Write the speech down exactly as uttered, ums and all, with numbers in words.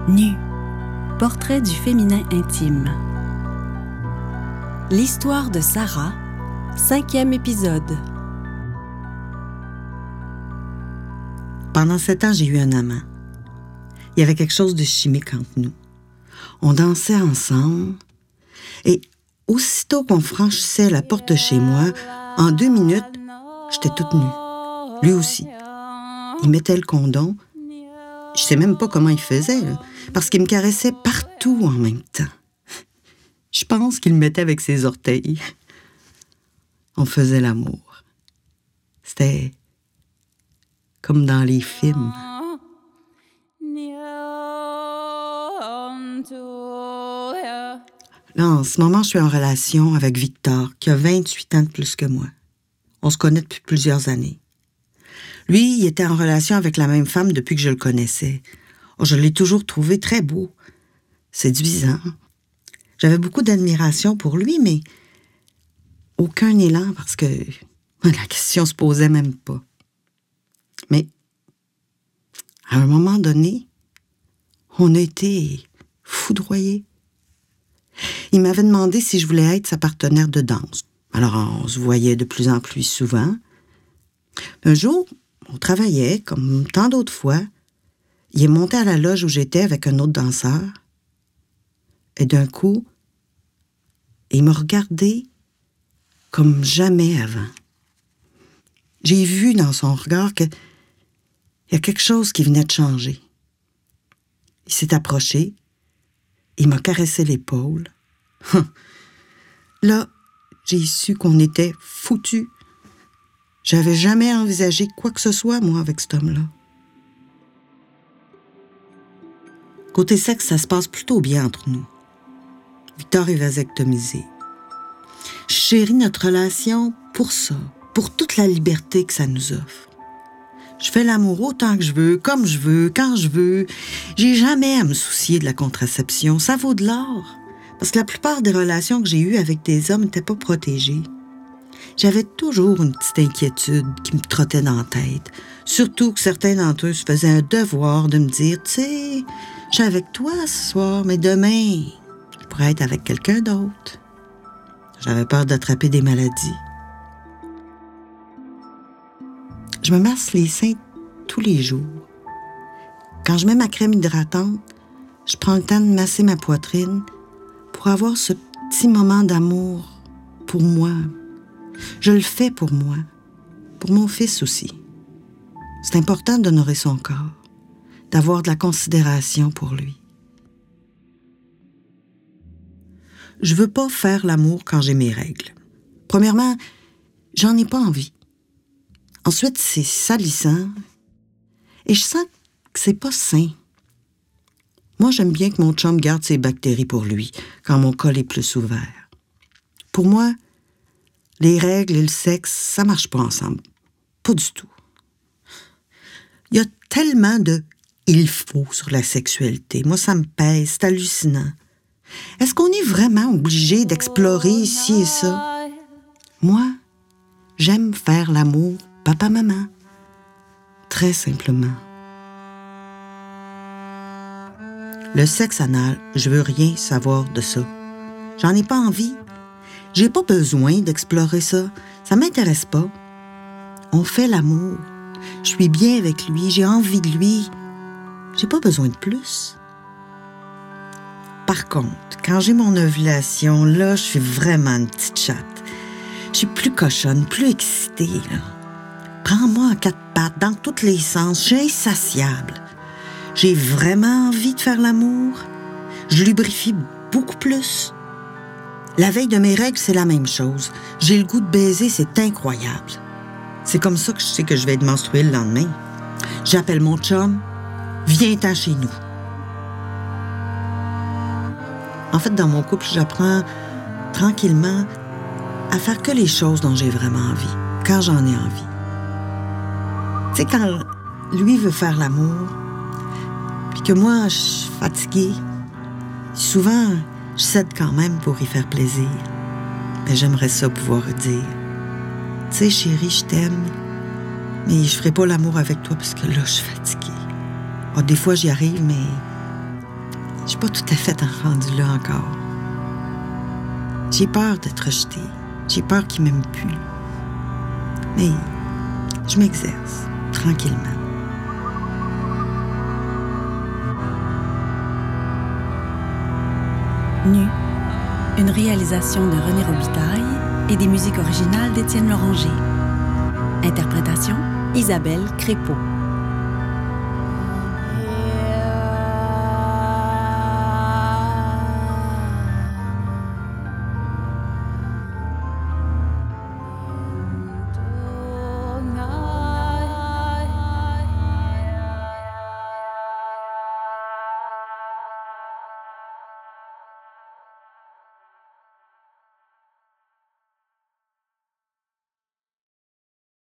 Nu. Portrait du féminin intime. L'histoire de Sarah, cinquième épisode. Pendant sept ans, j'ai eu un amant. Il y avait quelque chose de chimique entre nous. On dansait ensemble et aussitôt qu'on franchissait la porte de chez moi, en deux minutes, j'étais toute nue. Lui aussi. Il mettait le condom. Je sais même pas comment il faisait, là, parce qu'il me caressait partout en même temps. Je pense qu'il le mettait avec ses orteils. On faisait l'amour. C'était comme dans les films. Là, en ce moment, je suis en relation avec Victor, qui a vingt-huit ans de plus que moi. On se connaît depuis plusieurs années. Lui, il était en relation avec la même femme depuis que je le connaissais. Oh, je l'ai toujours trouvé très beau, séduisant. J'avais beaucoup d'admiration pour lui, mais aucun élan parce que la question se posait même pas. Mais à un moment donné, on a été foudroyés. Il m'avait demandé si je voulais être sa partenaire de danse. Alors, on se voyait de plus en plus souvent. Un jour, on travaillait, comme tant d'autres fois. Il est monté à la loge où j'étais avec un autre danseur. Et d'un coup, il m'a regardé comme jamais avant. J'ai vu dans son regard qu'il y a quelque chose qui venait de changer. Il s'est approché. Il m'a caressé l'épaule. Là, j'ai su qu'on était foutus. J'avais jamais envisagé quoi que ce soit, moi, avec cet homme-là. Côté sexe, ça se passe plutôt bien entre nous. Victor est vasectomisé. Je chéris notre relation pour ça, pour toute la liberté que ça nous offre. Je fais l'amour autant que je veux, comme je veux, quand je veux. J'ai jamais à me soucier de la contraception. Ça vaut de l'or. Parce que la plupart des relations que j'ai eues avec des hommes n'étaient pas protégées. J'avais toujours une petite inquiétude qui me trottait dans la tête. Surtout que certains d'entre eux se faisaient un devoir de me dire « Tu sais, je suis avec toi ce soir, mais demain, je pourrais être avec quelqu'un d'autre. » J'avais peur d'attraper des maladies. Je me masse les seins tous les jours. Quand je mets ma crème hydratante, je prends le temps de masser ma poitrine pour avoir ce petit moment d'amour pour moi. Je le fais pour moi, pour mon fils aussi. C'est important d'honorer son corps, d'avoir de la considération pour lui. Je veux pas faire l'amour quand j'ai mes règles. Premièrement, j'en ai pas envie. Ensuite, c'est salissant. Et je sens que c'est pas sain. Moi, j'aime bien que mon chum garde ses bactéries pour lui, quand mon col est plus ouvert. Pour moi, les règles et le sexe, ça marche pas ensemble. Pas du tout. Il y a tellement de « il faut » sur la sexualité. Moi, ça me pèse, c'est hallucinant. Est-ce qu'on est vraiment obligé d'explorer ici et ça? Moi, j'aime faire l'amour papa-maman. Très simplement. Le sexe anal, je veux rien savoir de ça. J'en ai pas envie. J'ai pas besoin d'explorer ça. Ça m'intéresse pas. On fait l'amour. Je suis bien avec lui. J'ai envie de lui. J'ai pas besoin de plus. Par contre, quand j'ai mon ovulation, là, je suis vraiment une petite chatte. Je suis plus cochonne, plus excitée, là. Prends-moi en quatre pattes, dans tous les sens. Je suis insatiable. J'ai vraiment envie de faire l'amour. Je lubrifie beaucoup plus. La veille de mes règles, c'est la même chose. J'ai le goût de baiser, c'est incroyable. C'est comme ça que je sais que je vais être menstruée le lendemain. J'appelle mon chum, viens-t'en chez nous. En fait, dans mon couple, j'apprends tranquillement à faire que les choses dont j'ai vraiment envie, quand j'en ai envie. Tu sais, quand lui veut faire l'amour, puis que moi, je suis fatiguée, souvent, je cède quand même pour y faire plaisir. Mais j'aimerais ça pouvoir dire, tu sais, chérie, je t'aime, mais je ferai pas l'amour avec toi parce que là, je suis fatiguée. Oh, des fois, j'y arrive, mais Je suis pas tout à fait rendue là encore. J'ai peur d'être rejetée. J'ai peur qu'il m'aime plus. Mais je m'exerce, tranquillement. Nu, une réalisation de René Robitaille et des musiques originales d'Étienne Loranger. Interprétation, Isabelle Crépeau.